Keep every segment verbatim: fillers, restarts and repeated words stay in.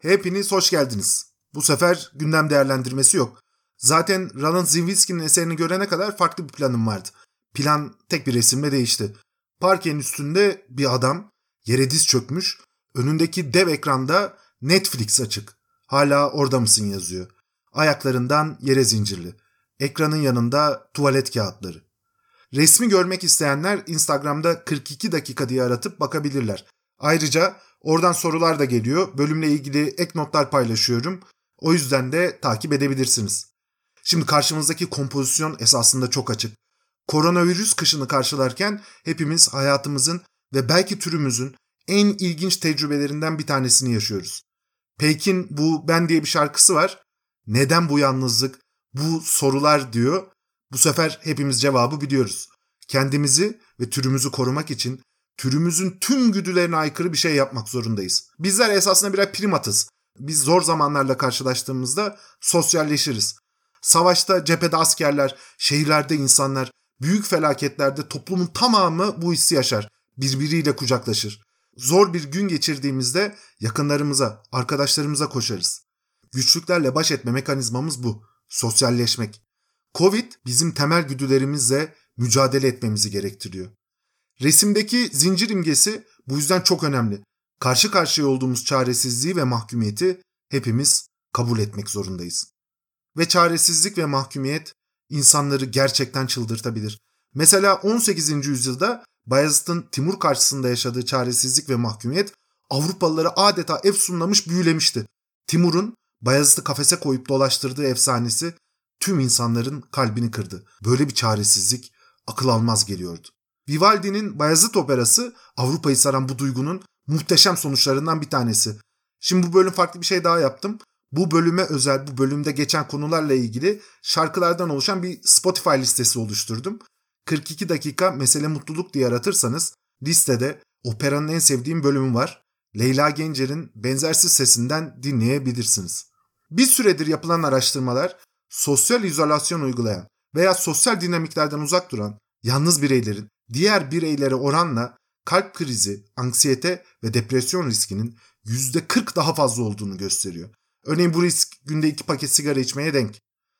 Hepiniz hoş geldiniz. Bu sefer gündem değerlendirmesi yok. Zaten Roland Zimwitski'nin eserini görene kadar farklı bir planım vardı. Plan tek bir resimle değişti. Parkenin üstünde bir adam yere diz çökmüş, önündeki dev ekranda Netflix açık. Hala orada mısın yazıyor. Ayaklarından yere zincirli. Ekranın yanında tuvalet kağıtları. Resmi görmek isteyenler Instagram'da kırk iki dakika diye aratıp bakabilirler. Ayrıca oradan sorular da geliyor. Bölümle ilgili ek notlar paylaşıyorum. O yüzden de takip edebilirsiniz. Şimdi karşımızdaki kompozisyon esasında çok açık. Koronavirüs kışını karşılarken hepimiz hayatımızın ve belki türümüzün en ilginç tecrübelerinden bir tanesini yaşıyoruz. Peyk'in Bu Ben diye bir şarkısı var. Neden bu yalnızlık, bu sorular diyor. Bu sefer hepimiz cevabı biliyoruz. Kendimizi ve türümüzü korumak için türümüzün tüm güdülerine aykırı bir şey yapmak zorundayız. Bizler esasında birer primatız. Biz zor zamanlarla karşılaştığımızda sosyalleşiriz. Savaşta cephede askerler, şehirlerde insanlar, büyük felaketlerde toplumun tamamı bu hissi yaşar. Birbiriyle kucaklaşır. Zor bir gün geçirdiğimizde yakınlarımıza, arkadaşlarımıza koşarız. Güçlüklerle baş etme mekanizmamız bu. Sosyalleşmek. Covid bizim temel güdülerimizle mücadele etmemizi gerektiriyor. Resimdeki zincir imgesi bu yüzden çok önemli. Karşı karşıya olduğumuz çaresizliği ve mahkumiyeti hepimiz kabul etmek zorundayız. Ve çaresizlik ve mahkumiyet insanları gerçekten çıldırtabilir. Mesela on sekizinci yüzyılda Bayezid'in Timur karşısında yaşadığı çaresizlik ve mahkumiyet Avrupalıları adeta efsunlamış, büyülemişti. Timur'un Bayezid'i kafese koyup dolaştırdığı efsanesi tüm insanların kalbini kırdı. Böyle bir çaresizlik akıl almaz geliyordu. Vivaldi'nin Bayezid operası Avrupa'yı saran bu duygunun muhteşem sonuçlarından bir tanesi. Şimdi bu bölüm farklı bir şey daha yaptım. Bu bölüme özel, bu bölümde geçen konularla ilgili şarkılardan oluşan bir Spotify listesi oluşturdum. kırk iki dakika mesele mutluluk diye aratırsanız listede operanın en sevdiğim bölümü var. Leyla Gencer'in benzersiz sesinden dinleyebilirsiniz. Bir süredir yapılan araştırmalar sosyal izolasyon uygulayan veya sosyal dinamiklerden uzak duran yalnız bireylerin diğer bireylere oranla kalp krizi, anksiyete ve depresyon riskinin yüzde kırk daha fazla olduğunu gösteriyor. Örneğin bu risk günde iki paket sigara içmeye denk.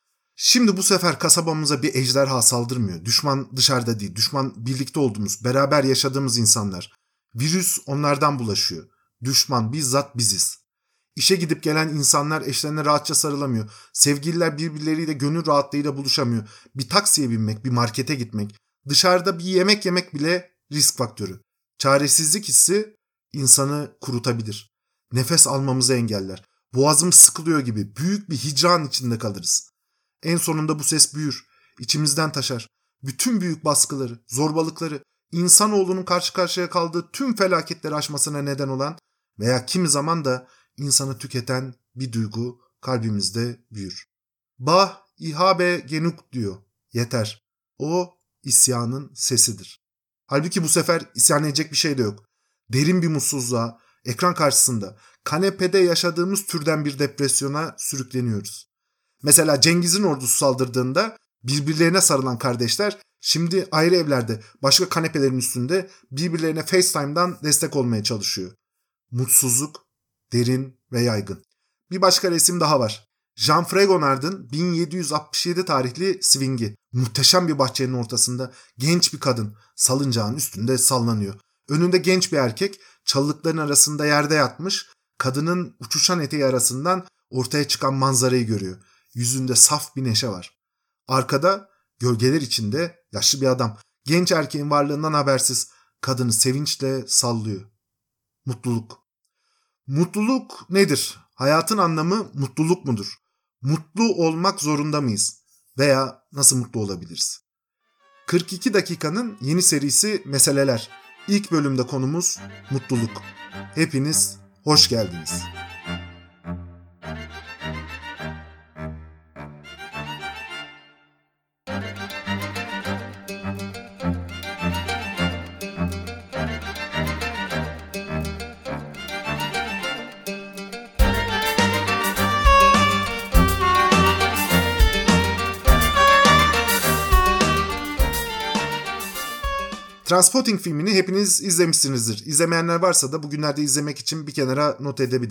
Şimdi bu sefer kasabamıza bir ejderha saldırmıyor. Düşman dışarıda değil, düşman birlikte olduğumuz, beraber yaşadığımız insanlar. Virüs onlardan bulaşıyor. Düşman bizzat biziz. İşe gidip gelen insanlar eşlerine rahatça sarılamıyor. Sevgililer birbirleriyle gönül rahatlığıyla buluşamıyor. Bir taksiye binmek, bir markete gitmek, dışarıda bir yemek yemek bile risk faktörü. Çaresizlik hissi insanı kurutabilir. Nefes almamızı engeller. Boğazımız sıkılıyor gibi büyük bir hicran içinde kalırız. En sonunda bu ses büyür, içimizden taşar. Bütün büyük baskıları, zorbalıkları, insanoğlunun karşı karşıya kaldığı tüm felaketleri aşmasına neden olan veya kimi zaman da insanı tüketen bir duygu kalbimizde büyür. Bah ihabe genuk diyor. Yeter. O isyanın sesidir. Halbuki bu sefer isyan edecek bir şey de yok. Derin bir mutsuzluğa, ekran karşısında, kanepede yaşadığımız türden bir depresyona sürükleniyoruz. Mesela Cengiz'in ordusu saldırdığında birbirlerine sarılan kardeşler şimdi ayrı evlerde, başka kanepelerin üstünde birbirlerine FaceTime'dan destek olmaya çalışıyor. Mutsuzluk derin ve yaygın. Bir başka resim daha var. Jean Fragonard'ın bin yedi yüz altmış yedi tarihli Swing'i. Muhteşem bir bahçenin ortasında genç bir kadın salıncağın üstünde sallanıyor. Önünde genç bir erkek çalılıkların arasında yerde yatmış, kadının uçuşan eteği arasından ortaya çıkan manzarayı görüyor. Yüzünde saf bir neşe var. Arkada gölgeler içinde yaşlı bir adam. Genç erkeğin varlığından habersiz kadını sevinçle sallıyor. Mutluluk. Mutluluk nedir? Hayatın anlamı mutluluk mudur? Mutlu olmak zorunda mıyız? Veya nasıl mutlu olabiliriz? kırk iki dakikanın yeni serisi Meseleler. İlk bölümde konumuz mutluluk. Hepiniz hoş geldiniz. Trainspotting filmini hepiniz izlemişsinizdir. İzlemeyenler varsa da bugünlerde izlemek için bir kenara not edebilir.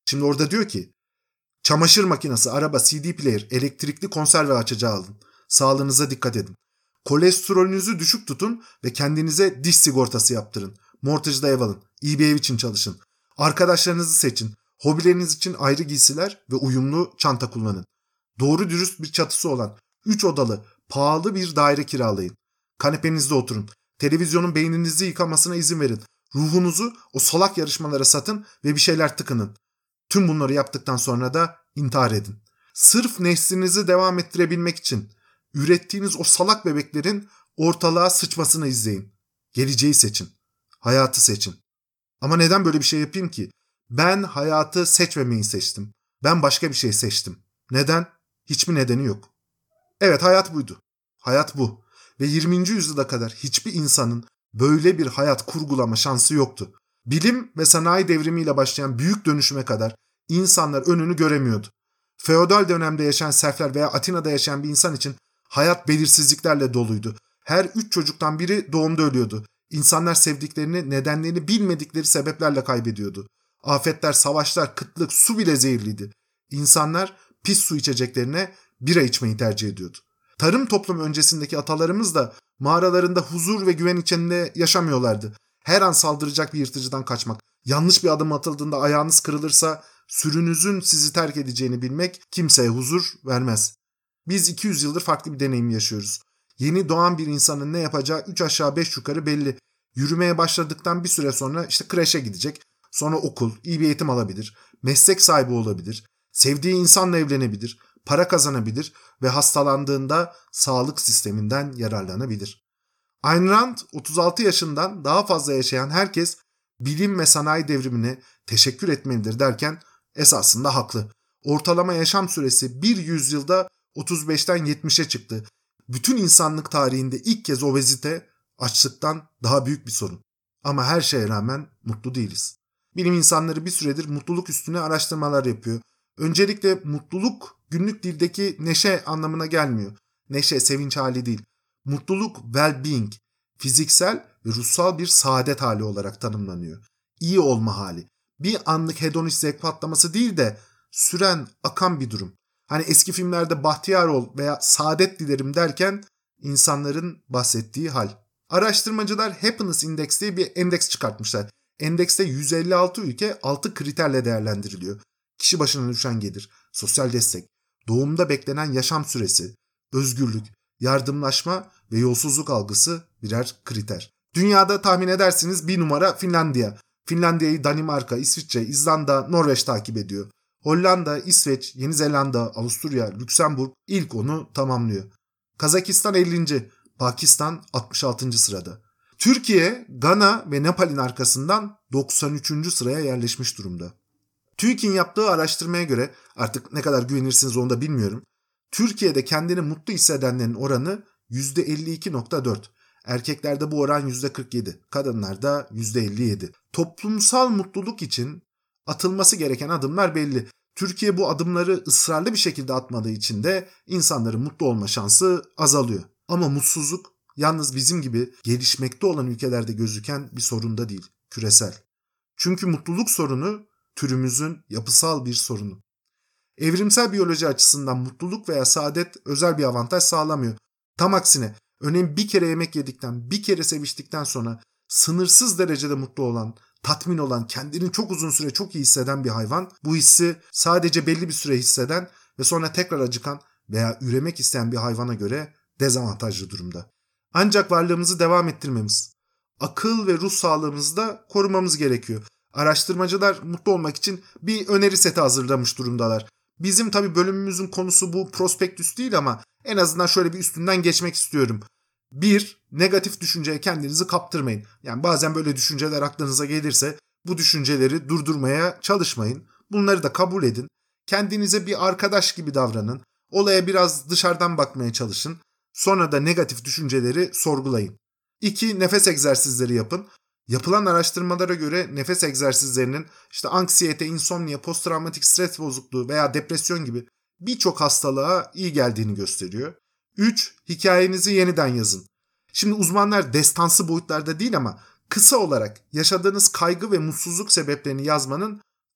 Şimdi orada diyor ki çamaşır makinesi, araba, C D player, elektrikli konserve açacağı alın. Sağlığınıza dikkat edin. Kolesterolünüzü düşük tutun ve kendinize diş sigortası yaptırın. Mortgage'da ev alın. İyi bir ev için çalışın. Arkadaşlarınızı seçin. Hobileriniz için ayrı giysiler ve uyumlu çanta kullanın. Doğru dürüst bir çatısı olan, üç odalı, pahalı bir daire kiralayın. Kanepenizde oturun. Televizyonun beyninizi yıkamasına izin verin. Ruhunuzu o salak yarışmalara satın ve bir şeyler tıkının. Tüm bunları yaptıktan sonra da intihar edin. Sırf neslinizi devam ettirebilmek için ürettiğiniz o salak bebeklerin ortalığa sıçmasını izleyin. Geleceği seçin. Hayatı seçin. Ama neden böyle bir şey yapayım ki? Ben hayatı seçmemeyi seçtim. Ben başka bir şey seçtim. Neden? Hiçbir nedeni yok. Evet, hayat buydu. Hayat bu. Ve yirminci yüzyıla kadar hiçbir insanın böyle bir hayat kurgulama şansı yoktu. Bilim ve sanayi devrimiyle başlayan büyük dönüşüme kadar insanlar önünü göremiyordu. Feodal dönemde yaşayan serfler veya Atina'da yaşayan bir insan için hayat belirsizliklerle doluydu. Her üç çocuktan biri doğumda ölüyordu. İnsanlar sevdiklerini, nedenlerini bilmedikleri sebeplerle kaybediyordu. Afetler, savaşlar, kıtlık, su bile zehirliydi. İnsanlar pis su içeceklerine bira içmeyi tercih ediyordu. Tarım toplumu öncesindeki atalarımız da mağaralarında huzur ve güven içinde yaşamıyorlardı. Her an saldıracak bir yırtıcıdan kaçmak, yanlış bir adım atıldığında ayağınız kırılırsa sürünüzün sizi terk edeceğini bilmek kimseye huzur vermez. Biz iki yüz yıldır farklı bir deneyim yaşıyoruz. Yeni doğan bir insanın ne yapacağı üç aşağı beş yukarı belli. Yürümeye başladıktan bir süre sonra işte kreşe gidecek, sonra okul, iyi bir eğitim alabilir, meslek sahibi olabilir, sevdiği insanla evlenebilir, para kazanabilir ve hastalandığında sağlık sisteminden yararlanabilir. Ayn Rand otuz altı yaşından daha fazla yaşayan herkes bilim ve sanayi devrimine teşekkür etmelidir derken esasında haklı. Ortalama yaşam süresi bir yüzyılda otuz beşten yetmişe çıktı. Bütün insanlık tarihinde ilk kez obezite açlıktan daha büyük bir sorun. Ama her şeye rağmen mutlu değiliz. Bilim insanları bir süredir mutluluk üstüne araştırmalar yapıyor. Öncelikle mutluluk günlük dildeki neşe anlamına gelmiyor. Neşe, sevinç hali değil. Mutluluk well-being, fiziksel ve ruhsal bir saadet hali olarak tanımlanıyor. İyi olma hali. Bir anlık hedonist zevk patlaması değil de süren, akan bir durum. Hani eski filmlerde bahtiyar ol veya saadet dilerim derken insanların bahsettiği hal. Araştırmacılar Happiness Index diye bir endeks çıkartmışlar. Endekste yüz elli altı ülke altı kriterle değerlendiriliyor. Kişi başına düşen gelir, sosyal destek, doğumda beklenen yaşam süresi, özgürlük, yardımlaşma ve yolsuzluk algısı birer kriter. Dünyada tahmin edersiniz bir numara Finlandiya. Finlandiya'yı Danimarka, İsviçre, İzlanda, Norveç takip ediyor. Hollanda, İsveç, Yeni Zelanda, Avusturya, Lüksemburg ilk onu tamamlıyor. Kazakistan ellinci, Pakistan altmış altıncı sırada. Türkiye, Gana ve Nepal'in arkasından doksan üçüncü sıraya yerleşmiş durumda. TÜİK'in yaptığı araştırmaya göre, artık ne kadar güvenirsiniz onu da bilmiyorum, Türkiye'de kendini mutlu hissedenlerin oranı yüzde elli iki virgül dört. Erkeklerde bu oran yüzde kırk yedi, kadınlarda yüzde elli yedi. Toplumsal mutluluk için atılması gereken adımlar belli. Türkiye bu adımları ısrarlı bir şekilde atmadığı için de insanların mutlu olma şansı azalıyor. Ama mutsuzluk yalnız bizim gibi gelişmekte olan ülkelerde gözüken bir sorun da değil, küresel. Çünkü mutluluk sorunu türümüzün yapısal bir sorunu. Evrimsel biyoloji açısından mutluluk veya saadet özel bir avantaj sağlamıyor. Tam aksine örneğin bir kere yemek yedikten, bir kere seviştikten sonra sınırsız derecede mutlu olan, tatmin olan, kendini çok uzun süre çok iyi hisseden bir hayvan, bu hissi sadece belli bir süre hisseden ve sonra tekrar acıkan veya üremek isteyen bir hayvana göre dezavantajlı durumda. Ancak varlığımızı devam ettirmemiz, akıl ve ruh sağlığımızı da korumamız gerekiyor. Araştırmacılar mutlu olmak için bir öneri seti hazırlamış durumdalar. Bizim tabii bölümümüzün konusu bu prospektüs değil ama en azından şöyle bir üstünden geçmek istiyorum. Bir, negatif düşünceye kendinizi kaptırmayın. Yani bazen böyle düşünceler aklınıza gelirse bu düşünceleri durdurmaya çalışmayın. Bunları da kabul edin. Kendinize bir arkadaş gibi davranın. Olaya biraz dışarıdan bakmaya çalışın. Sonra da negatif düşünceleri sorgulayın. İki, nefes egzersizleri yapın. Yapılan araştırmalara göre nefes egzersizlerinin işte anksiyete, insomnia, posttravmatik stres bozukluğu veya depresyon gibi birçok hastalığa iyi geldiğini gösteriyor. üç. Hikayenizi yeniden yazın. Şimdi uzmanlar destansı boyutlarda değil ama kısa olarak yaşadığınız kaygı ve mutsuzluk sebeplerini yazmanın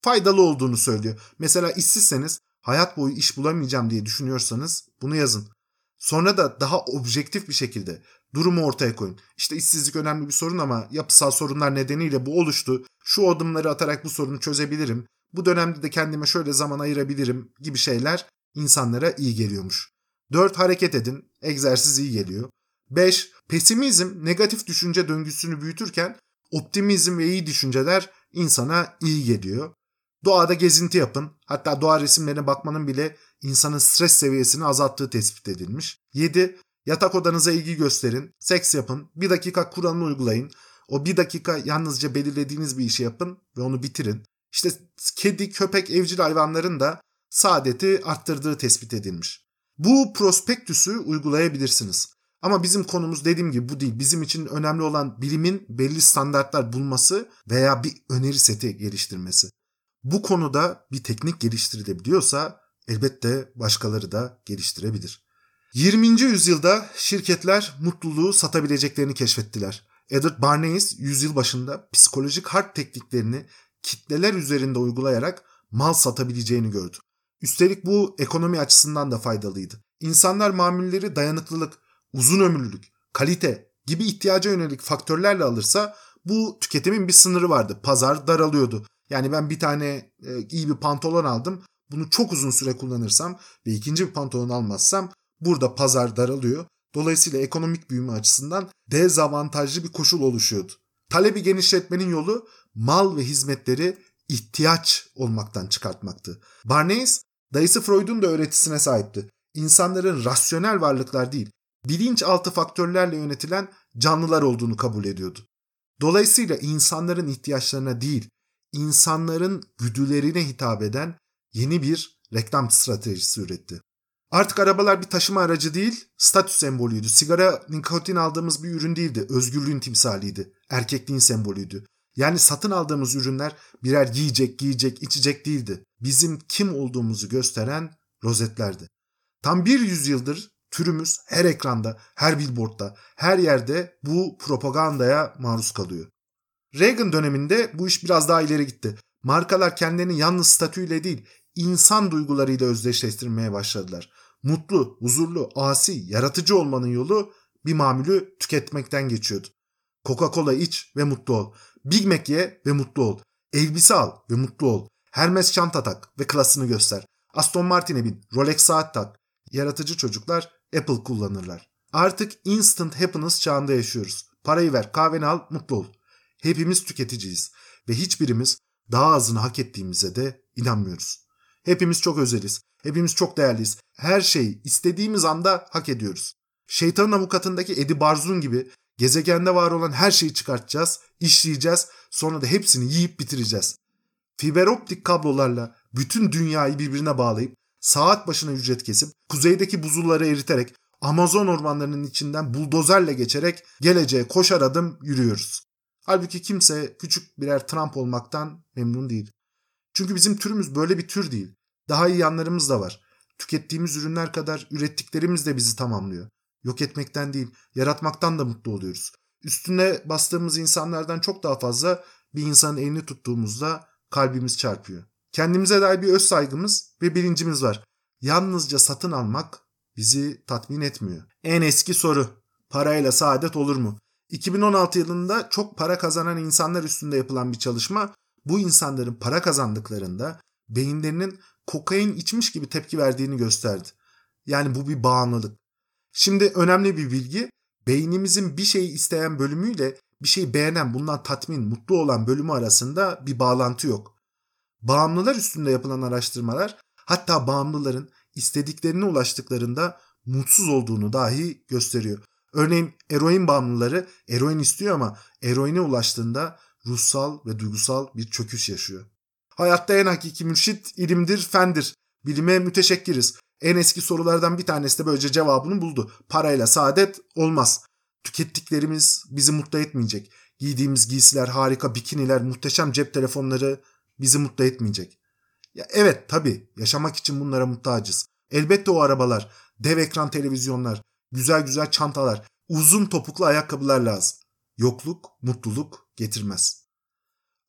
faydalı olduğunu söylüyor. Mesela işsizseniz, hayat boyu iş bulamayacağım diye düşünüyorsanız bunu yazın. Sonra da daha objektif bir şekilde durumu ortaya koyun. İşte işsizlik önemli bir sorun ama yapısal sorunlar nedeniyle bu oluştu. Şu adımları atarak bu sorunu çözebilirim. Bu dönemde de kendime şöyle zaman ayırabilirim gibi şeyler insanlara iyi geliyormuş. dört Hareket edin. Egzersiz iyi geliyor. beş Pesimizm negatif düşünce döngüsünü büyütürken optimizm ve iyi düşünceler insana iyi geliyor. Doğada gezinti yapın. Hatta doğa resimlerine bakmanın bile insanın stres seviyesini azalttığı tespit edilmiş. yedi Yatak odanıza ilgi gösterin. Seks yapın. Bir dakika kuralını uygulayın. O bir dakika yalnızca belirlediğiniz bir işi yapın ve onu bitirin. İşte kedi, köpek, evcil hayvanların da saadeti arttırdığı tespit edilmiş. Bu prospektüsü uygulayabilirsiniz. Ama bizim konumuz dediğim gibi bu değil. Bizim için önemli olan bilimin belli standartlar bulması veya bir öneri seti geliştirmesi. Bu konuda bir teknik geliştirilebiliyorsa elbette başkaları da geliştirebilir. yirminci yüzyılda şirketler mutluluğu satabileceklerini keşfettiler. Edward Bernays yüzyıl başında psikolojik harp tekniklerini kitleler üzerinde uygulayarak mal satabileceğini gördü. Üstelik bu ekonomi açısından da faydalıydı. İnsanlar mamulleri dayanıklılık, uzun ömürlülük, kalite gibi ihtiyaca yönelik faktörlerle alırsa bu tüketimin bir sınırı vardı. Pazar daralıyordu. Yani ben bir tane e, iyi bir pantolon aldım. Bunu çok uzun süre kullanırsam ve ikinci bir pantolon almazsam burada pazar daralıyor. Dolayısıyla ekonomik büyüme açısından dezavantajlı bir koşul oluşuyordu. Talebi genişletmenin yolu mal ve hizmetleri ihtiyaç olmaktan çıkartmaktı. Bernays, dayısı Freud'un da öğretisine sahipti. İnsanların rasyonel varlıklar değil, bilinçaltı faktörlerle yönetilen canlılar olduğunu kabul ediyordu. Dolayısıyla insanların ihtiyaçlarına değil, insanların güdülerine hitap eden yeni bir reklam stratejisi üretti. Artık arabalar bir taşıma aracı değil, statü sembolüydü. Sigara, nikotin aldığımız bir ürün değildi, özgürlüğün timsaliydi, erkekliğin sembolüydü. Yani satın aldığımız ürünler birer yiyecek, giyecek, içecek değildi. Bizim kim olduğumuzu gösteren rozetlerdi. Tam bir yüzyıldır türümüz her ekranda, her billboardda, her yerde bu propagandaya maruz kalıyor. Reagan döneminde bu iş biraz daha ileri gitti. Markalar kendilerini yalnız statüyle değil, insan duygularıyla özdeşleştirmeye başladılar. Mutlu, huzurlu, asi, yaratıcı olmanın yolu bir mamülü tüketmekten geçiyordu. Coca-Cola iç ve mutlu ol. Big Mac ye ve mutlu ol. Elbise al ve mutlu ol. Hermes çanta tak ve klasını göster. Aston Martin'e bin, Rolex saat tak. Yaratıcı çocuklar Apple kullanırlar. Artık instant happiness çağında yaşıyoruz. Parayı ver, kahveni al, mutlu ol. Hepimiz tüketiciyiz ve hiçbirimiz daha azını hak ettiğimize de inanmıyoruz. Hepimiz çok özeliz. Hepimiz çok değerliyiz. Her şeyi istediğimiz anda hak ediyoruz. Şeytanın Avukatı'ndaki Eddie Barzun gibi gezegende var olan her şeyi çıkartacağız, işleyeceğiz, sonra da hepsini yiyip bitireceğiz. Fiber optik kablolarla bütün dünyayı birbirine bağlayıp, saat başına ücret kesip, kuzeydeki buzulları eriterek, Amazon ormanlarının içinden buldozerle geçerek geleceğe koşar adım yürüyoruz. Halbuki kimse küçük birer Trump olmaktan memnun değil. Çünkü bizim türümüz böyle bir tür değil. Daha iyi yanlarımız da var. Tükettiğimiz ürünler kadar ürettiklerimiz de bizi tamamlıyor. Yok etmekten değil, yaratmaktan da mutlu oluyoruz. Üstüne bastığımız insanlardan çok daha fazla bir insanın elini tuttuğumuzda kalbimiz çarpıyor. Kendimize dair bir öz saygımız ve bilincimiz var. Yalnızca satın almak bizi tatmin etmiyor. En eski soru, parayla saadet olur mu? iki bin on altı yılında çok para kazanan insanlar üstünde yapılan bir çalışma, bu insanların para kazandıklarında beyinlerinin kokain içmiş gibi tepki verdiğini gösterdi. Yani bu bir bağımlılık. Şimdi önemli bir bilgi, beynimizin bir şeyi isteyen bölümüyle bir şeyi beğenen, bundan tatmin, mutlu olan bölümü arasında bir bağlantı yok. Bağımlılar üstünde yapılan araştırmalar, hatta bağımlıların istediklerine ulaştıklarında mutsuz olduğunu dahi gösteriyor. Örneğin eroin bağımlıları eroin istiyor ama eroine ulaştığında ruhsal ve duygusal bir çöküş yaşıyor. Hayatta en hakiki mürşit ilimdir, fendir. Bilime müteşekkiriz. En eski sorulardan bir tanesi de böylece cevabını buldu. Parayla saadet olmaz. Tükettiklerimiz bizi mutlu etmeyecek. Giydiğimiz giysiler, harika bikiniler, muhteşem cep telefonları bizi mutlu etmeyecek. Ya evet tabii yaşamak için bunlara muhtacız. Elbette o arabalar, dev ekran televizyonlar, güzel güzel çantalar, uzun topuklu ayakkabılar lazım. Yokluk mutluluk getirmez.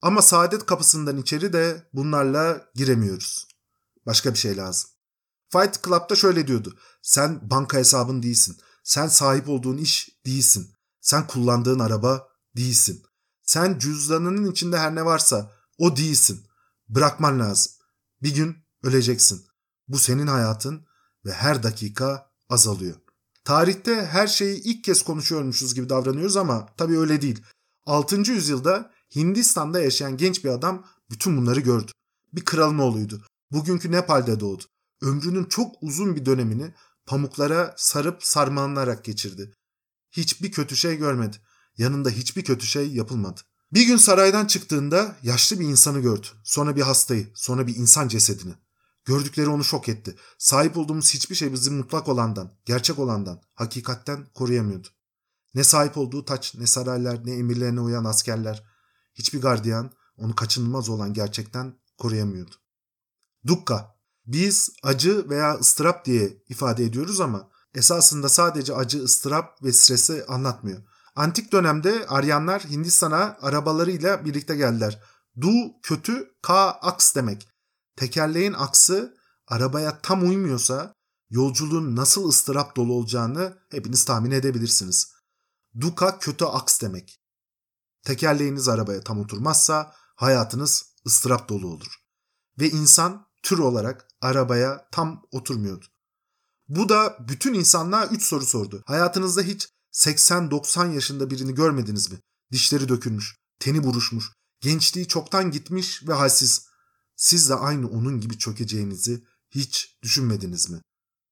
Ama saadet kapısından içeri de bunlarla giremiyoruz. Başka bir şey lazım. Fight Club'da şöyle diyordu. Sen banka hesabın değilsin. Sen sahip olduğun iş değilsin. Sen kullandığın araba değilsin. Sen cüzdanının içinde her ne varsa o değilsin. Bırakman lazım. Bir gün öleceksin. Bu senin hayatın ve her dakika azalıyor. Tarihte her şeyi ilk kez konuşuyormuşuz gibi davranıyoruz ama tabii öyle değil. altıncı yüzyılda Hindistan'da yaşayan genç bir adam bütün bunları gördü. Bir kralın oğluydu. Bugünkü Nepal'de doğdu. Ömrünün çok uzun bir dönemini pamuklara sarıp sarmalanarak geçirdi. Hiçbir kötü şey görmedi. Yanında hiçbir kötü şey yapılmadı. Bir gün saraydan çıktığında yaşlı bir insanı gördü. Sonra bir hastayı, sonra bir insan cesedini. Gördükleri onu şok etti. Sahip olduğumuz hiçbir şey bizi mutlak olandan, gerçek olandan, hakikatten koruyamıyordu. Ne sahip olduğu taç, ne saraylar, ne emirlerine uyan askerler. Hiçbir gardiyan onu kaçınılmaz olan gerçekten koruyamıyordu. Dukkha. Biz acı veya ıstırap diye ifade ediyoruz ama esasında sadece acı, ıstırap ve stresi anlatmıyor. Antik dönemde Aryanlar Hindistan'a arabalarıyla birlikte geldiler. Du kötü, ka aks demek. Tekerleğin aksı arabaya tam uymuyorsa yolculuğun nasıl ıstırap dolu olacağını hepiniz tahmin edebilirsiniz. Duka kötü aks demek. Tekerleğiniz arabaya tam oturmazsa hayatınız ıstırap dolu olur. Ve insan tür olarak arabaya tam oturmuyordu. Bu da bütün insanlığa üç soru sordu. Hayatınızda hiç seksen doksan yaşında birini görmediniz mi? Dişleri dökülmüş, teni buruşmuş, gençliği çoktan gitmiş ve halsiz. Siz de aynı onun gibi çökeceğinizi hiç düşünmediniz mi?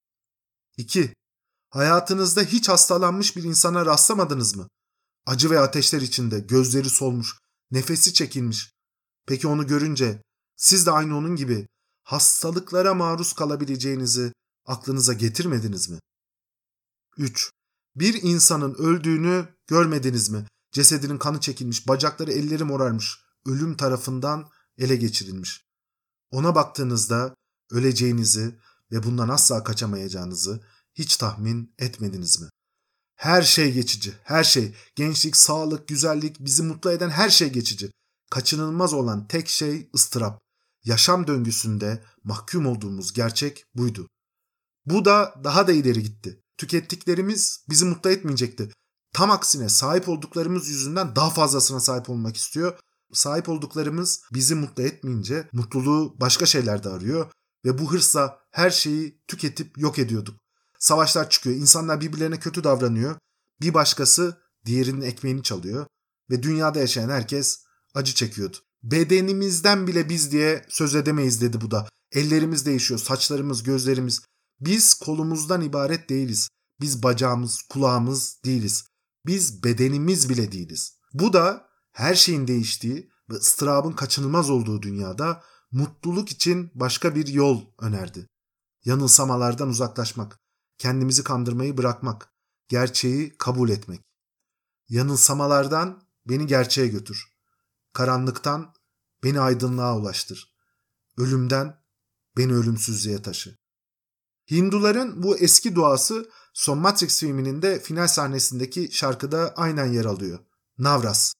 İki. Hayatınızda hiç hastalanmış bir insana rastlamadınız mı? Acı ve ateşler içinde, gözleri solmuş, nefesi çekilmiş. Peki onu görünce siz de aynı onun gibi hastalıklara maruz kalabileceğinizi aklınıza getirmediniz mi? Üç. Bir insanın öldüğünü görmediniz mi? Cesedinin kanı çekilmiş, bacakları elleri morarmış, ölüm tarafından ele geçirilmiş. Ona baktığınızda öleceğinizi ve bundan asla kaçamayacağınızı hiç tahmin etmediniz mi? Her şey geçici, her şey, gençlik, sağlık, güzellik, bizi mutlu eden her şey geçici. Kaçınılmaz olan tek şey ıstırap. Yaşam döngüsünde mahkum olduğumuz gerçek buydu. Bu da daha da ileri gitti. Tükettiklerimiz bizi mutlu etmeyecekti. Tam aksine sahip olduklarımız yüzünden daha fazlasına sahip olmak istiyor. Sahip olduklarımız bizi mutlu etmeyince mutluluğu başka şeylerde arıyor ve bu hırsla her şeyi tüketip yok ediyorduk. Savaşlar çıkıyor, insanlar birbirlerine kötü davranıyor. Bir başkası diğerinin ekmeğini çalıyor ve dünyada yaşayan herkes acı çekiyordu. Bedenimizden bile biz diye söz edemeyiz dedi bu da. Ellerimiz değişiyor, saçlarımız, gözlerimiz. Biz kolumuzdan ibaret değiliz. Biz bacağımız, kulağımız değiliz. Biz bedenimiz bile değiliz. Bu da her şeyin değiştiği ve ıstırabın kaçınılmaz olduğu dünyada mutluluk için başka bir yol önerdi. Yanılsamalardan uzaklaşmak, kendimizi kandırmayı bırakmak, gerçeği kabul etmek. Yanılsamalardan beni gerçeğe götür. Karanlıktan beni aydınlığa ulaştır. Ölümden beni ölümsüzlüğe taşı. Hinduların bu eski duası son Matrix filminin de final sahnesindeki şarkıda aynen yer alıyor. Navras.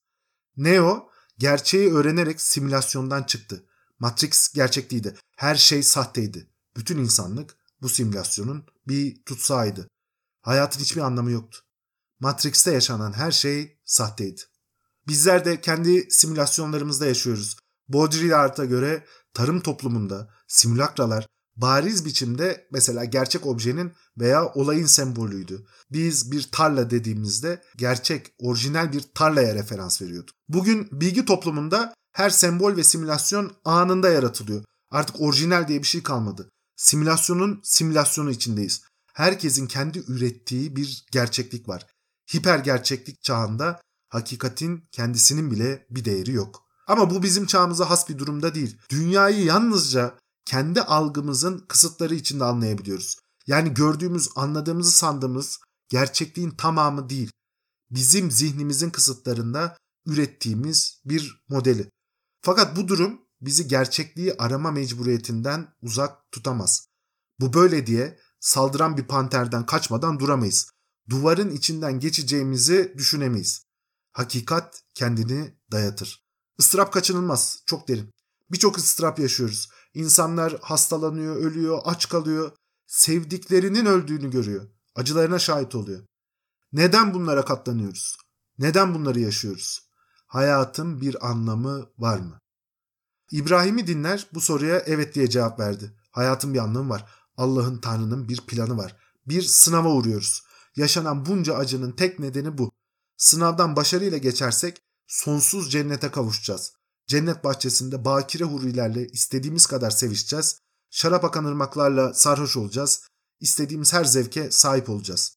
Neo gerçeği öğrenerek simülasyondan çıktı. Matrix gerçek değildi. Her şey sahteydi. Bütün insanlık bu simülasyonun bir tutsağıydı. Hayatın hiçbir anlamı yoktu. Matrix'te yaşanan her şey sahteydi. Bizler de kendi simülasyonlarımızda yaşıyoruz. Baudrillard'a göre tarım toplumunda simülakralar bariz biçimde mesela gerçek objenin veya olayın sembolüydü. Biz bir tarla dediğimizde gerçek, orijinal bir tarlaya referans veriyorduk. Bugün bilgi toplumunda her sembol ve simülasyon anında yaratılıyor. Artık orijinal diye bir şey kalmadı. Simülasyonun simülasyonu içindeyiz. Herkesin kendi ürettiği bir gerçeklik var. Hiper gerçeklik çağında hakikatin kendisinin bile bir değeri yok. Ama bu bizim çağımıza has bir durumda değil. Dünyayı yalnızca kendi algımızın kısıtları içinde anlayabiliyoruz. Yani gördüğümüz, anladığımızı sandığımız gerçekliğin tamamı değil. Bizim zihnimizin kısıtlarında ürettiğimiz bir modeli. Fakat bu durum bizi gerçekliği arama mecburiyetinden uzak tutamaz. Bu böyle diye saldıran bir panterden kaçmadan duramayız. Duvarın içinden geçeceğimizi düşünemeyiz. Hakikat kendini dayatır. Istırap kaçınılmaz, çok derin. Birçok ıstırap yaşıyoruz. İnsanlar hastalanıyor, ölüyor, aç kalıyor. Sevdiklerinin öldüğünü görüyor. Acılarına şahit oluyor. Neden bunlara katlanıyoruz? Neden bunları yaşıyoruz? Hayatın bir anlamı var mı? İbrahim'i dinler, bu soruya evet diye cevap verdi. Hayatın bir anlamı var. Allah'ın, Tanrı'nın bir planı var. Bir sınava uğruyoruz. Yaşanan bunca acının tek nedeni bu. Sınavdan başarıyla geçersek sonsuz cennete kavuşacağız. Cennet bahçesinde bakire hurilerle istediğimiz kadar sevişeceğiz. Şarap akan ırmaklarla sarhoş olacağız. İstediğimiz her zevke sahip olacağız.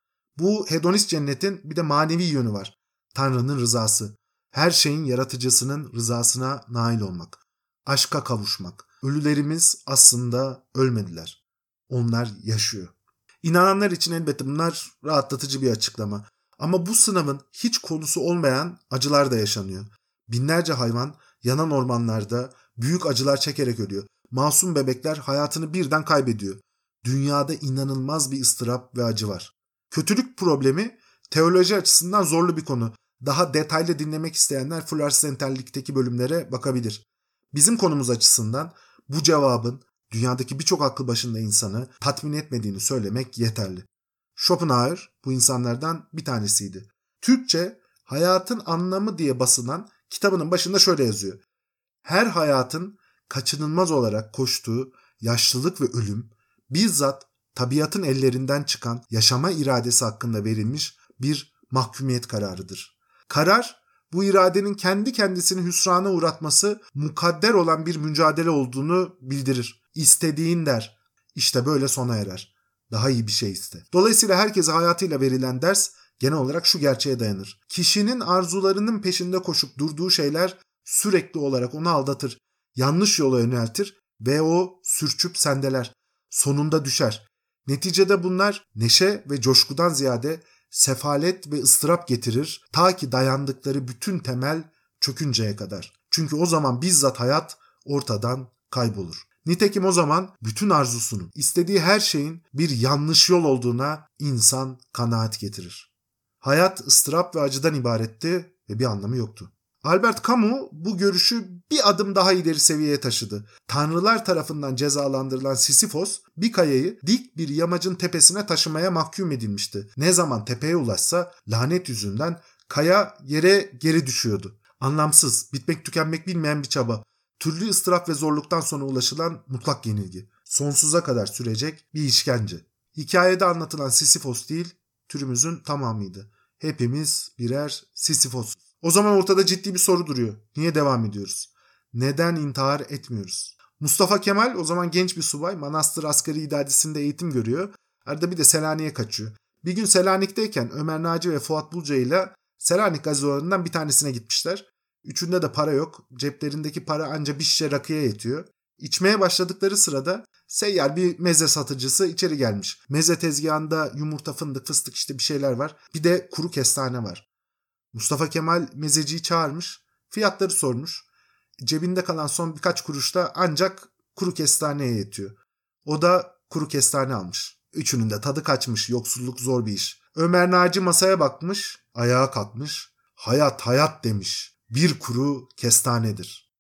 Bu hedonist cennetin bir de manevi yönü var. Tanrı'nın rızası. Her şeyin yaratıcısının rızasına nail olmak. Aşka kavuşmak. Ölülerimiz aslında ölmediler. Onlar yaşıyor. İnananlar için elbette bunlar rahatlatıcı bir açıklama. Ama bu sınavın hiç konusu olmayan acılar da yaşanıyor. Binlerce hayvan yanan ormanlarda büyük acılar çekerek ölüyor. Masum bebekler hayatını birden kaybediyor. Dünyada inanılmaz bir ıstırap ve acı var. Kötülük problemi teoloji açısından zorlu bir konu. Daha detaylı dinlemek isteyenler Florescental'likteki bölümlere bakabilir. Bizim konumuz açısından bu cevabın dünyadaki birçok aklı başında insanı tatmin etmediğini söylemek yeterli. Schopenhauer bu insanlardan bir tanesiydi. Türkçe Hayatın Anlamı diye basılan kitabının başında şöyle yazıyor. Her hayatın kaçınılmaz olarak koştuğu yaşlılık ve ölüm bizzat tabiatın ellerinden çıkan yaşama iradesi hakkında verilmiş bir mahkumiyet kararıdır. Karar, bu iradenin kendi kendisini hüsrana uğratması mukadder olan bir mücadele olduğunu bildirir. İstediğin der, işte böyle sona erer. Daha iyi bir şey iste. Dolayısıyla herkese hayatıyla verilen ders genel olarak şu gerçeğe dayanır. Kişinin arzularının peşinde koşup durduğu şeyler sürekli olarak onu aldatır, yanlış yola yöneltir ve o sürçüp sendeler. Sonunda düşer. Neticede bunlar neşe ve coşkudan ziyade sefalet ve ıstırap getirir ta ki dayandıkları bütün temel çökünceye kadar. Çünkü o zaman bizzat hayat ortadan kaybolur. Nitekim o zaman bütün arzusunun, istediği her şeyin bir yanlış yol olduğuna insan kanaat getirir. Hayat ıstırap ve acıdan ibaretti ve bir anlamı yoktu. Albert Camus bu görüşü bir adım daha ileri seviyeye taşıdı. Tanrılar tarafından cezalandırılan Sisyphos bir kayayı dik bir yamacın tepesine taşımaya mahkum edilmişti. Ne zaman tepeye ulaşsa lanet yüzünden kaya yere geri düşüyordu. Anlamsız, bitmek tükenmek bilmeyen bir çaba. Türlü ıstırap ve zorluktan sonra ulaşılan mutlak yenilgi. Sonsuza kadar sürecek bir işkence. Hikayede anlatılan Sisyphos değil, türümüzün tamamıydı. Hepimiz birer Sisyphos. O zaman ortada ciddi bir soru duruyor. Niye devam ediyoruz? Neden intihar etmiyoruz? Mustafa Kemal o zaman genç bir subay. Manastır Asgari İdadisi'nde eğitim görüyor. Arada bir de Selanik'e kaçıyor. Bir gün Selanik'teyken Ömer Naci ve Fuat Bulca ile Selanik gazilarından bir tanesine gitmişler. Üçünde de para yok. Ceplerindeki para anca bir şişe rakıya yetiyor. İçmeye başladıkları sırada seyyar bir meze satıcısı içeri gelmiş. Meze tezgahında yumurta, fındık, fıstık işte bir şeyler var. Bir de kuru kestane var. Mustafa Kemal mezeciyi çağırmış, fiyatları sormuş. Cebinde kalan son birkaç kuruş da ancak kuru kestaneye yetiyor. O da kuru kestane almış. Üçünün de tadı kaçmış, yoksulluk zor bir iş. Ömer Naci masaya bakmış, ayağa kalkmış. Hayat hayat demiş, bir kuru kestanedir.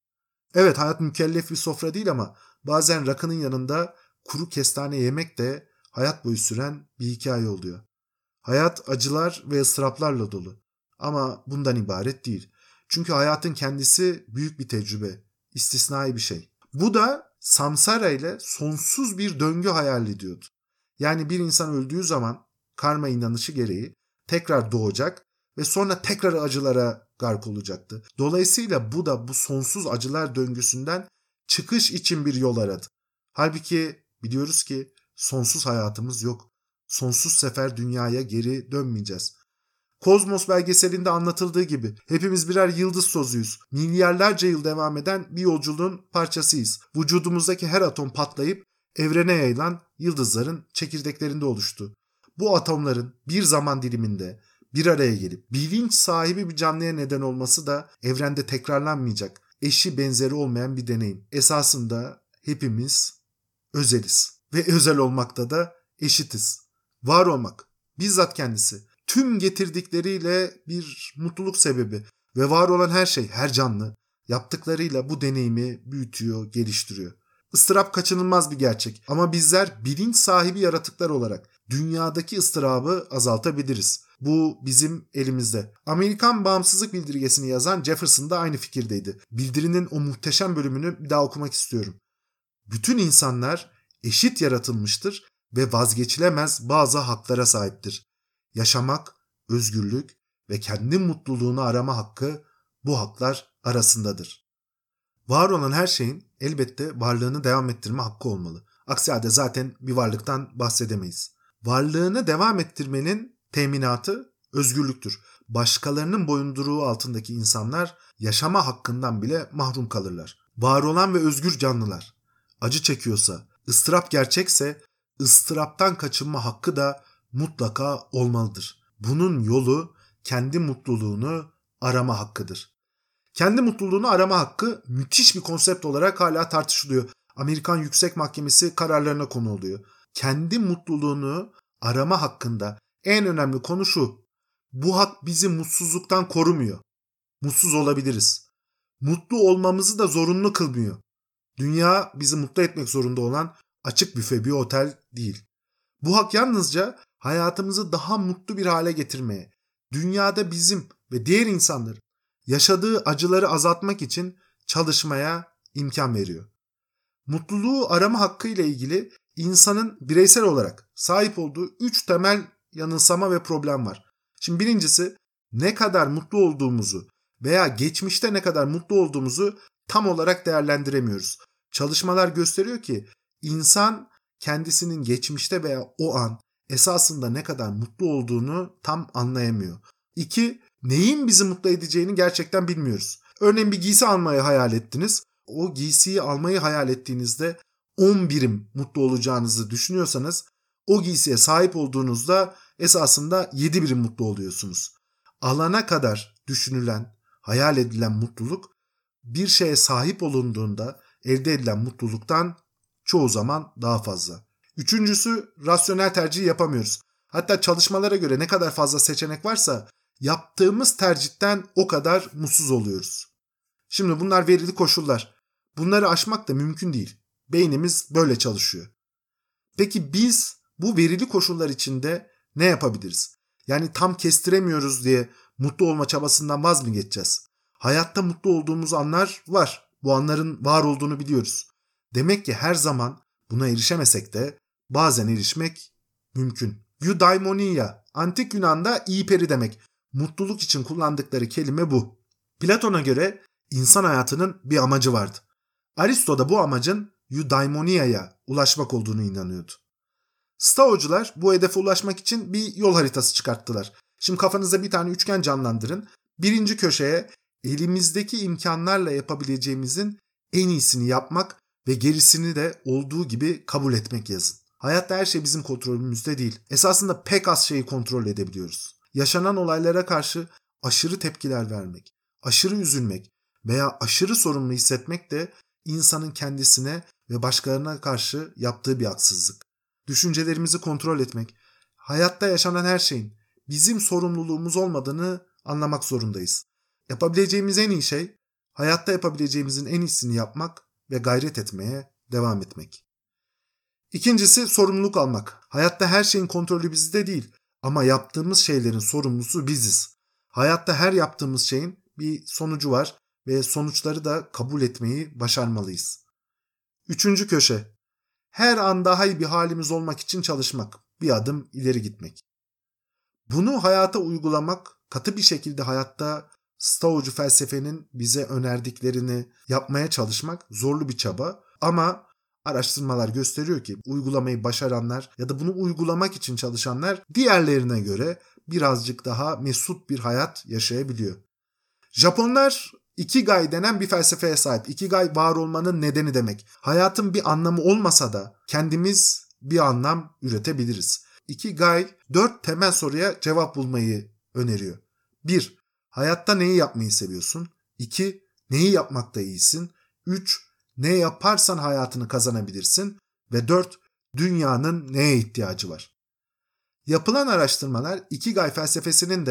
Evet, hayat mükellef bir sofra değil ama bazen rakının yanında kuru kestane yemek de hayat boyu süren bir hikaye oluyor. Hayat acılar ve ıstıraplarla dolu. Ama bundan ibaret değil. Çünkü hayatın kendisi büyük bir tecrübe, istisnai bir şey. Bu da samsara ile sonsuz bir döngü hayal ediyordu. Yani bir insan öldüğü zaman karma inanışı gereği tekrar doğacak ve sonra tekrar acılara gark olacaktı. Dolayısıyla bu da bu sonsuz acılar döngüsünden çıkış için bir yol aradı. Halbuki biliyoruz ki sonsuz hayatımız yok. Sonsuz sefer dünyaya geri dönmeyeceğiz. Kozmos belgeselinde anlatıldığı gibi hepimiz birer yıldız tozuyuz. Milyarlarca yıl devam eden bir yolculuğun parçasıyız. Vücudumuzdaki her atom patlayıp evrene yayılan yıldızların çekirdeklerinde oluştu. Bu atomların bir zaman diliminde bir araya gelip bilinç sahibi bir canlıya neden olması da evrende tekrarlanmayacak, eşi benzeri olmayan bir deneyim. Esasında hepimiz özeliz ve özel olmakta da eşitiz. Var olmak, bizzat kendisi, tüm getirdikleriyle bir mutluluk sebebi. Ve var olan her şey, her canlı yaptıklarıyla bu deneyimi büyütüyor, geliştiriyor. Istırap kaçınılmaz bir gerçek ama bizler bilinç sahibi yaratıklar olarak dünyadaki ıstırabı azaltabiliriz. Bu bizim elimizde. Amerikan Bağımsızlık Bildirgesi'ni yazan Jefferson da aynı fikirdeydi. Bildirinin o muhteşem bölümünü bir daha okumak istiyorum. Bütün insanlar eşit yaratılmıştır ve vazgeçilemez bazı haklara sahiptir. Yaşamak, özgürlük ve kendi mutluluğunu arama hakkı bu haklar arasındadır. Var olan her şeyin elbette varlığını devam ettirme hakkı olmalı. Aksi halde zaten bir varlıktan bahsedemeyiz. Varlığını devam ettirmenin teminatı özgürlüktür. Başkalarının boyunduruğu altındaki insanlar yaşama hakkından bile mahrum kalırlar. Var olan ve özgür canlılar acı çekiyorsa, ıstırap gerçekse, ıstıraptan kaçınma hakkı da mutlaka olmalıdır. Bunun yolu kendi mutluluğunu arama hakkıdır. Kendi mutluluğunu arama hakkı müthiş bir konsept olarak hala tartışılıyor. Amerikan Yüksek Mahkemesi kararlarına konu oluyor. Kendi mutluluğunu arama hakkında en önemli konu şu: bu hak bizi mutsuzluktan korumuyor. Mutsuz olabiliriz. Mutlu olmamızı da zorunlu kılmıyor. Dünya bizi mutlu etmek zorunda olan açık büfe bir otel değil. Bu hak yalnızca hayatımızı daha mutlu bir hale getirmeye, dünyada bizim ve diğer insanların yaşadığı acıları azaltmak için çalışmaya imkan veriyor. Mutluluğu arama hakkı ile ilgili insanın bireysel olarak sahip olduğu üç temel yanılsama ve problem var. Şimdi birincisi, ne kadar mutlu olduğumuzu veya geçmişte ne kadar mutlu olduğumuzu tam olarak değerlendiremiyoruz. Çalışmalar gösteriyor ki insan kendisinin geçmişte veya o an esasında ne kadar mutlu olduğunu tam anlayamıyor. İki, neyin bizi mutlu edeceğini gerçekten bilmiyoruz. Örneğin bir giysi almayı hayal ettiniz. O giysiyi almayı hayal ettiğinizde on birim mutlu olacağınızı düşünüyorsanız o giysiye sahip olduğunuzda esasında yedi birim mutlu oluyorsunuz. Alana kadar düşünülen, hayal edilen mutluluk bir şeye sahip olunduğunda elde edilen mutluluktan çoğu zaman daha fazla. Üçüncüsü, rasyonel tercih yapamıyoruz. Hatta çalışmalara göre ne kadar fazla seçenek varsa yaptığımız tercihten o kadar mutsuz oluyoruz. Şimdi bunlar verili koşullar. Bunları aşmak da mümkün değil. Beynimiz böyle çalışıyor. Peki biz bu verili koşullar içinde ne yapabiliriz? Yani tam kestiremiyoruz diye mutlu olma çabasından vaz mı geçeceğiz? Hayatta mutlu olduğumuz anlar var. Bu anların var olduğunu biliyoruz. Demek ki her zaman buna erişemesek de bazen erişmek mümkün. Eudaimonia, antik Yunan'da iyi peri demek. Mutluluk için kullandıkları kelime bu. Platon'a göre insan hayatının bir amacı vardı. Aristo da bu amacın eudaimonia'ya ulaşmak olduğunu inanıyordu. Stoacılar bu hedefe ulaşmak için bir yol haritası çıkarttılar. Şimdi kafanızda bir tane üçgen canlandırın. Birinci köşeye elimizdeki imkanlarla yapabileceğimizin en iyisini yapmak ve gerisini de olduğu gibi kabul etmek yazın. Hayatta her şey bizim kontrolümüzde değil. Esasında pek az şeyi kontrol edebiliyoruz. Yaşanan olaylara karşı aşırı tepkiler vermek, aşırı üzülmek veya aşırı sorumlu hissetmek de insanın kendisine ve başkalarına karşı yaptığı bir haksızlık. Düşüncelerimizi kontrol etmek, hayatta yaşanan her şeyin bizim sorumluluğumuz olmadığını anlamak zorundayız. Yapabileceğimiz en iyi şey, hayatta yapabileceğimizin en iyisini yapmak ve gayret etmeye devam etmek. İkincisi, sorumluluk almak. Hayatta her şeyin kontrolü bizde değil ama yaptığımız şeylerin sorumlusu biziz. Hayatta her yaptığımız şeyin bir sonucu var ve sonuçları da kabul etmeyi başarmalıyız. Üçüncü köşe, her an daha iyi bir halimiz olmak için çalışmak, bir adım ileri gitmek. Bunu hayata uygulamak, katı bir şekilde hayatta Stoacı felsefenin bize önerdiklerini yapmaya çalışmak zorlu bir çaba ama araştırmalar gösteriyor ki uygulamayı başaranlar ya da bunu uygulamak için çalışanlar diğerlerine göre birazcık daha mesut bir hayat yaşayabiliyor. Japonlar Ikigai denen bir felsefeye sahip. Ikigai var olmanın nedeni demek. Hayatın bir anlamı olmasa da kendimiz bir anlam üretebiliriz. Ikigai dört temel soruya cevap bulmayı öneriyor. bir. Hayatta neyi yapmayı seviyorsun? iki. Neyi yapmakta iyisin? üç. Ne yaparsan hayatını kazanabilirsin? Ve dört. Dünyanın neye ihtiyacı var? Yapılan araştırmalar Ikigai felsefesinin de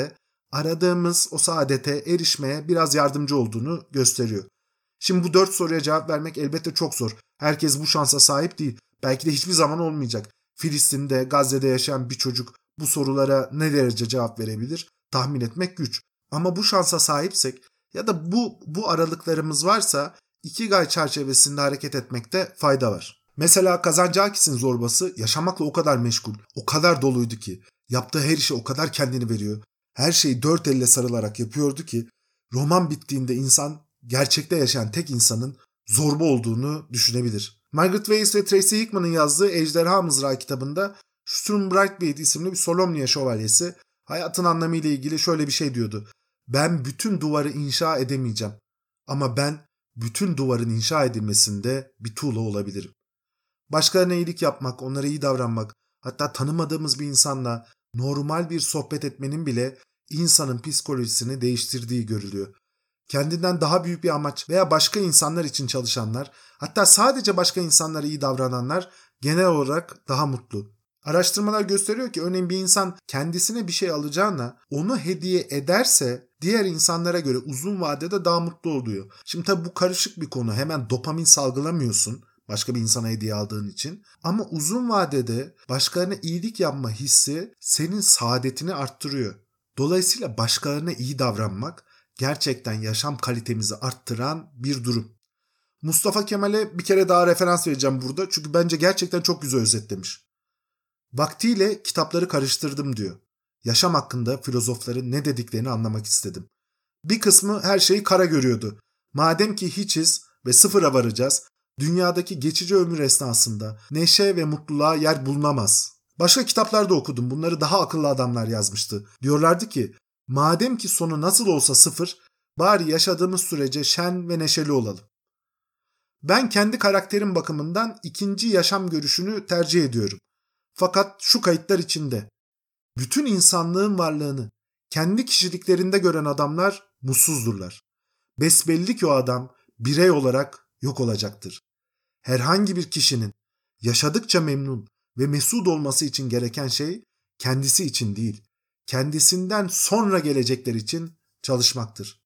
aradığımız o saadete erişmeye biraz yardımcı olduğunu gösteriyor. Şimdi bu dört soruya cevap vermek elbette çok zor. Herkes bu şansa sahip değil. Belki de hiçbir zaman olmayacak. Filistin'de, Gazze'de yaşayan bir çocuk bu sorulara ne derece cevap verebilir? Tahmin etmek güç. Ama bu şansa sahipsek ya da bu bu aralıklarımız varsa Ikigai çerçevesinde hareket etmekte fayda var. Mesela Kazancakis'in zorbası yaşamakla o kadar meşgul, o kadar doluydu ki, yaptığı her işe o kadar kendini veriyor, her şeyi dört elle sarılarak yapıyordu ki, roman bittiğinde insan gerçekte yaşayan tek insanın zorba olduğunu düşünebilir. Margaret Weiss ve Tracy Hickman'ın yazdığı Ejderha Mızrağı kitabında Sturm Brightblade isimli bir Solomnia şövalyesi hayatın anlamıyla ilgili şöyle bir şey diyordu. Ben bütün duvarı inşa edemeyeceğim ama ben bütün duvarın inşa edilmesinde bir tuğla olabilirim. Başkalarına iyilik yapmak, onlara iyi davranmak, hatta tanımadığımız bir insanla normal bir sohbet etmenin bile insanın psikolojisini değiştirdiği görülüyor. Kendinden daha büyük bir amaç veya başka insanlar için çalışanlar, hatta sadece başka insanlara iyi davrananlar genel olarak daha mutlu. Araştırmalar gösteriyor ki örneğin bir insan kendisine bir şey alacağına onu hediye ederse diğer insanlara göre uzun vadede daha mutlu oluyor. Şimdi tabii bu karışık bir konu. Hemen dopamin salgılamıyorsun başka bir insana hediye aldığın için. Ama uzun vadede başkalarına iyilik yapma hissi senin saadetini arttırıyor. Dolayısıyla başkalarına iyi davranmak gerçekten yaşam kalitemizi arttıran bir durum. Mustafa Kemal'e bir kere daha referans vereceğim burada çünkü bence gerçekten çok güzel özetlemiş. Vaktiyle kitapları karıştırdım diyor. Yaşam hakkında filozofların ne dediklerini anlamak istedim. Bir kısmı her şeyi kara görüyordu. Madem ki hiçiz ve sıfıra varacağız, dünyadaki geçici ömür esnasında neşe ve mutluluğa yer bulunamaz. Başka kitaplarda okudum. Bunları daha akıllı adamlar yazmıştı. Diyorlardı ki, madem ki sonu nasıl olsa sıfır, bari yaşadığımız sürece şen ve neşeli olalım. Ben kendi karakterim bakımından ikinci yaşam görüşünü tercih ediyorum. Fakat şu kayıtlar içinde. Bütün insanlığın varlığını kendi kişiliklerinde gören adamlar mutsuzdurlar. Besbelli ki o adam birey olarak yok olacaktır. Herhangi bir kişinin yaşadıkça memnun ve mesut olması için gereken şey kendisi için değil, kendisinden sonra gelecekler için çalışmaktır.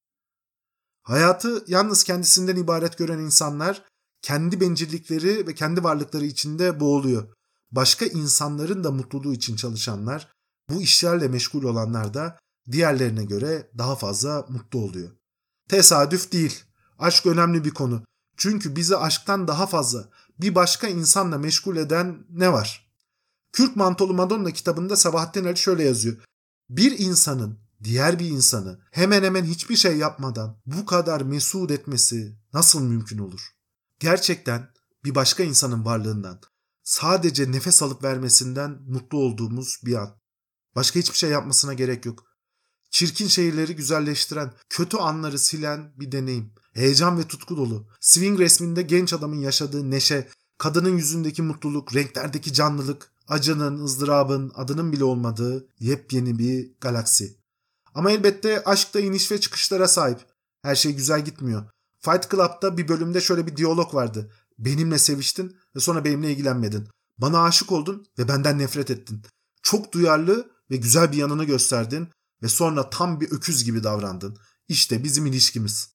Hayatı yalnız kendisinden ibaret gören insanlar kendi bencillikleri ve kendi varlıkları içinde boğuluyor. Başka insanların da mutluluğu için çalışanlar, bu işlerle meşgul olanlar da diğerlerine göre daha fazla mutlu oluyor. Tesadüf değil. Aşk önemli bir konu. Çünkü bizi aşktan daha fazla bir başka insanla meşgul eden ne var? Kürk Mantolu Madonna kitabında Sabahattin Ali şöyle yazıyor. Bir insanın diğer bir insanı hemen hemen hiçbir şey yapmadan bu kadar mesut etmesi nasıl mümkün olur? Gerçekten bir başka insanın varlığından, sadece nefes alıp vermesinden mutlu olduğumuz bir an. Başka hiçbir şey yapmasına gerek yok. Çirkin şehirleri güzelleştiren, kötü anları silen bir deneyim. Heyecan ve tutku dolu. Swing resminde genç adamın yaşadığı neşe, kadının yüzündeki mutluluk, renklerdeki canlılık, acının, ızdırabın, adının bile olmadığı yepyeni bir galaksi. Ama elbette aşk da iniş ve çıkışlara sahip. Her şey güzel gitmiyor. Fight Club'da bir bölümde şöyle bir diyalog vardı. Benimle seviştin ve sonra benimle ilgilenmedin. Bana aşık oldun ve benden nefret ettin. Çok duyarlı ve güzel bir yanını gösterdin ve sonra tam bir öküz gibi davrandın. İşte bizim ilişkimiz.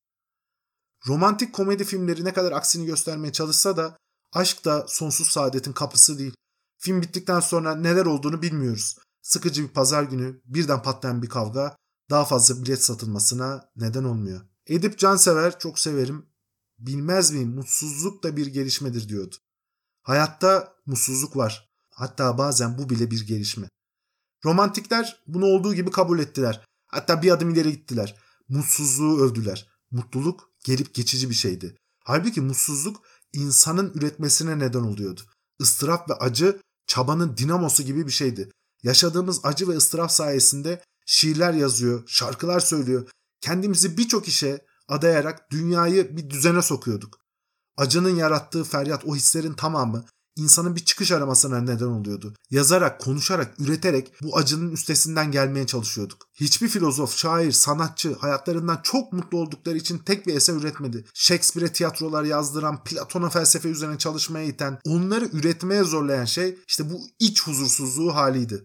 Romantik komedi filmleri ne kadar aksini göstermeye çalışsa da aşk da sonsuz saadetin kapısı değil. Film bittikten sonra neler olduğunu bilmiyoruz. Sıkıcı bir pazar günü, birden patlayan bir kavga daha fazla bilet satılmasına neden olmuyor. Edip Cansever çok severim. Bilmez miyim mutsuzluk da bir gelişmedir diyordu. Hayatta mutsuzluk var. Hatta bazen bu bile bir gelişme. Romantikler bunu olduğu gibi kabul ettiler. Hatta bir adım ileri gittiler. Mutsuzluğu övdüler. Mutluluk gelip geçici bir şeydi. Halbuki mutsuzluk insanın üretmesine neden oluyordu. Istırap ve acı çabanın dinamosu gibi bir şeydi. Yaşadığımız acı ve ıstırap sayesinde şiirler yazıyor, şarkılar söylüyor. Kendimizi birçok işe adayarak dünyayı bir düzene sokuyorduk. Acının yarattığı feryat, o hislerin tamamı insanın bir çıkış aramasına neden oluyordu. Yazarak, konuşarak, üreterek bu acının üstesinden gelmeye çalışıyorduk. Hiçbir filozof, şair, sanatçı hayatlarından çok mutlu oldukları için tek bir eser üretmedi. Shakespeare'e tiyatrolar yazdıran, Platon'a felsefe üzerine çalışmaya iten, onları üretmeye zorlayan şey işte bu iç huzursuzluğu haliydi.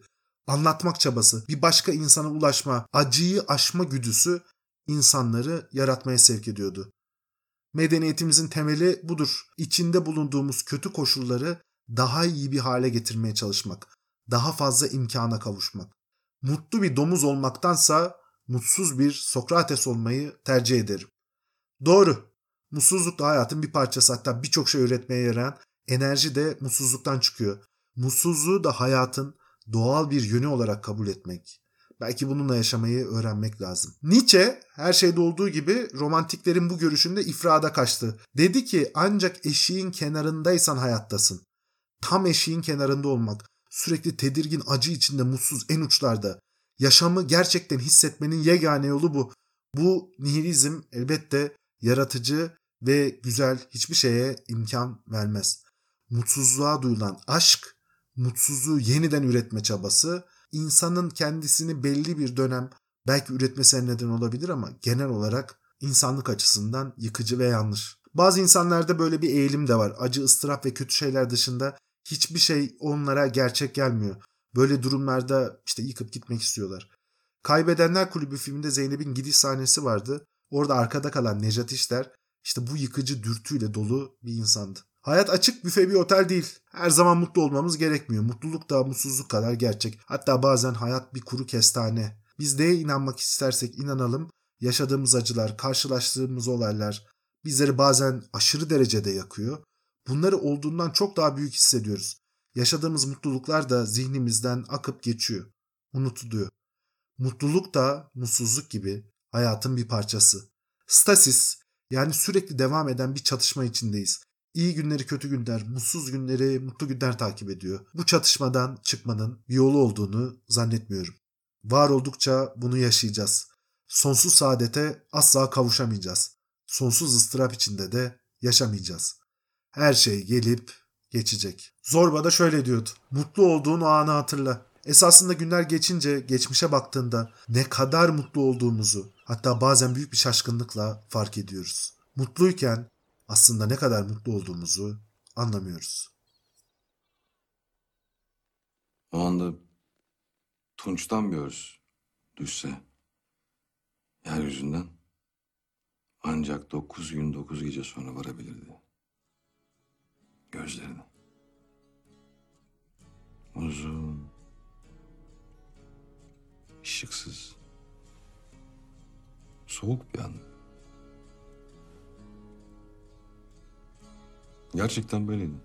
Anlatmak çabası, bir başka insana ulaşma, acıyı aşma güdüsü insanları yaratmaya sevk ediyordu. Medeniyetimizin temeli budur. İçinde bulunduğumuz kötü koşulları daha iyi bir hale getirmeye çalışmak, daha fazla imkana kavuşmak. Mutlu bir domuz olmaktansa mutsuz bir Sokrates olmayı tercih ederim. Doğru, mutsuzluk da hayatın bir parçası, hatta birçok şey üretmeye yarayan enerji de mutsuzluktan çıkıyor. Mutsuzluğu da hayatın doğal bir yönü olarak kabul etmek. Belki bununla yaşamayı öğrenmek lazım. Nietzsche her şeyde olduğu gibi romantiklerin bu görüşünde ifrada kaçtı. Dedi ki ancak eşiğin kenarındaysan hayattasın. Tam eşiğin kenarında olmak, sürekli tedirgin, acı içinde, mutsuz, en uçlarda. Yaşamı gerçekten hissetmenin yegane yolu bu. Bu nihilizm elbette yaratıcı ve güzel, hiçbir şeye imkan vermez. Mutsuzluğa duyulan aşk, mutsuzluğu yeniden üretme çabası, insanın kendisini belli bir dönem belki üretmesine neden olabilir ama genel olarak insanlık açısından yıkıcı ve yanlış. Bazı insanlarda böyle bir eğilim de var. Acı, ıstırap ve kötü şeyler dışında hiçbir şey onlara gerçek gelmiyor. Böyle durumlarda işte yıkıp gitmek istiyorlar. Kaybedenler Kulübü filminde Zeynep'in gidiş sahnesi vardı. Orada arkada kalan Nejat İşler işte bu yıkıcı dürtüyle dolu bir insandı. Hayat açık büfe bir otel değil. Her zaman mutlu olmamız gerekmiyor. Mutluluk da mutsuzluk kadar gerçek. Hatta bazen hayat bir kuru kestane. Biz neye inanmak istersek inanalım, yaşadığımız acılar, karşılaştığımız olaylar bizleri bazen aşırı derecede yakıyor. Bunları olduğundan çok daha büyük hissediyoruz. Yaşadığımız mutluluklar da zihnimizden akıp geçiyor, unutuluyor. Mutluluk da mutsuzluk gibi hayatın bir parçası. Stasis, yani sürekli devam eden bir çatışma içindeyiz. İyi günleri kötü günler, mutsuz günleri mutlu günler takip ediyor. Bu çatışmadan çıkmanın bir yolu olduğunu zannetmiyorum. Var oldukça bunu yaşayacağız. Sonsuz saadete asla kavuşamayacağız. Sonsuz ıstırap içinde de yaşamayacağız. Her şey gelip geçecek. Zorba da şöyle diyordu. Mutlu olduğun o anı hatırla. Esasında günler geçince, geçmişe baktığında ne kadar mutlu olduğumuzu, hatta bazen büyük bir şaşkınlıkla fark ediyoruz. Mutluyken aslında ne kadar mutlu olduğumuzu anlamıyoruz. O anda tunçtan bir örs düşse yeryüzünden ancak dokuz gün dokuz gece sonra varabilirdi gözlerine. Uzun, ışıksız, soğuk bir an. Gerçekten böyleydi.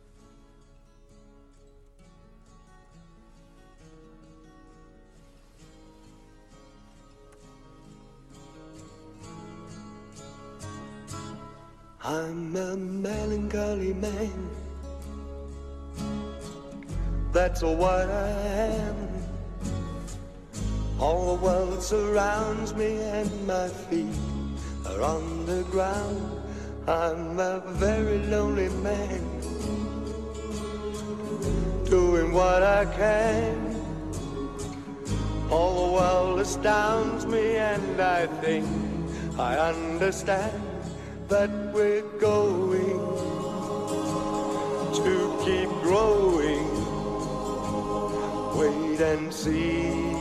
I'm a melancholy man. That's what I am. All the world surrounds me and my feet are on the ground. I'm a very lonely man, doing what I can. All the world astounds me and I think I understand that we're going to keep growing. Wait and see.